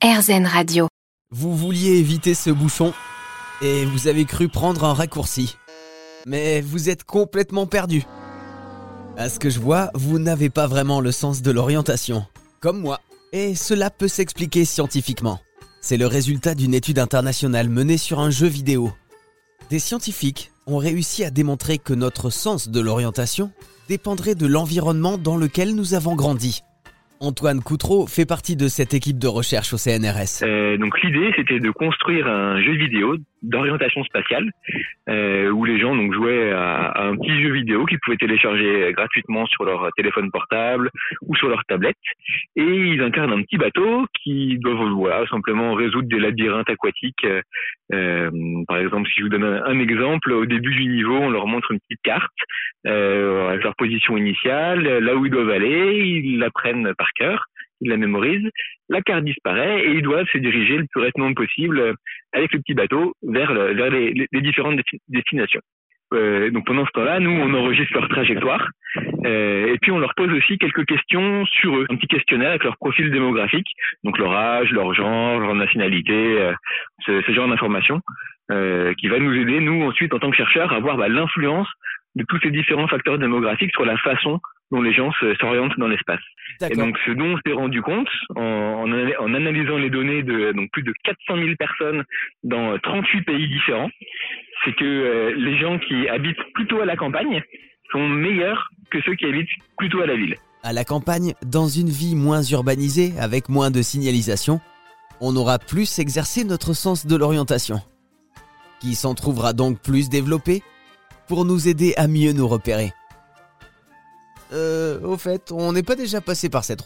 RZN Radio. Vous vouliez éviter ce bouchon et vous avez cru prendre un raccourci. Mais vous êtes complètement perdu. À ce que je vois, vous n'avez pas vraiment le sens de l'orientation, comme moi. Et cela peut s'expliquer scientifiquement. C'est le résultat d'une étude internationale menée sur un jeu vidéo. Des scientifiques ont réussi à démontrer que notre sens de l'orientation dépendrait de l'environnement dans lequel nous avons grandi. Antoine Coutreau fait partie de cette équipe de recherche au CNRS. Donc l'idée, c'était de construire un jeu vidéo d'orientation spatiale où les gens donc jouaient à un petit jeu vidéo qu'ils pouvaient télécharger gratuitement sur leur téléphone portable ou sur leur tablette, et ils incarnent un petit bateau qui doivent simplement résoudre des labyrinthes aquatiques. Par exemple, si je vous donne un exemple, au début du niveau, on leur montre une petite carte avec leur position initiale, là où ils doivent aller, ils l'apprennent par cœur, ils la mémorisent, la carte disparaît et ils doivent se diriger le plus rapidement possible avec le petit bateau vers les différentes destinations. Donc pendant ce temps-là, nous on enregistre leur trajectoire et puis on leur pose aussi quelques questions sur eux, un petit questionnaire avec leur profil démographique, donc leur âge, leur genre, leur nationalité, ce genre d'informations qui va nous aider, nous ensuite en tant que chercheurs, à voir l'influence de tous ces différents facteurs démographiques sur la façon dont les gens s'orientent dans l'espace. D'accord. Et donc ce dont on s'est rendu compte en analysant les données de donc plus de 400 000 personnes dans 38 pays différents, c'est que les gens qui habitent plutôt à la campagne sont meilleurs que ceux qui habitent plutôt à la ville. À la campagne, dans une vie moins urbanisée, avec moins de signalisation, on aura plus exercé notre sens de l'orientation, qui s'en trouvera donc plus développé pour nous aider à mieux nous repérer. Au fait, on n'est pas déjà passé par cette route ?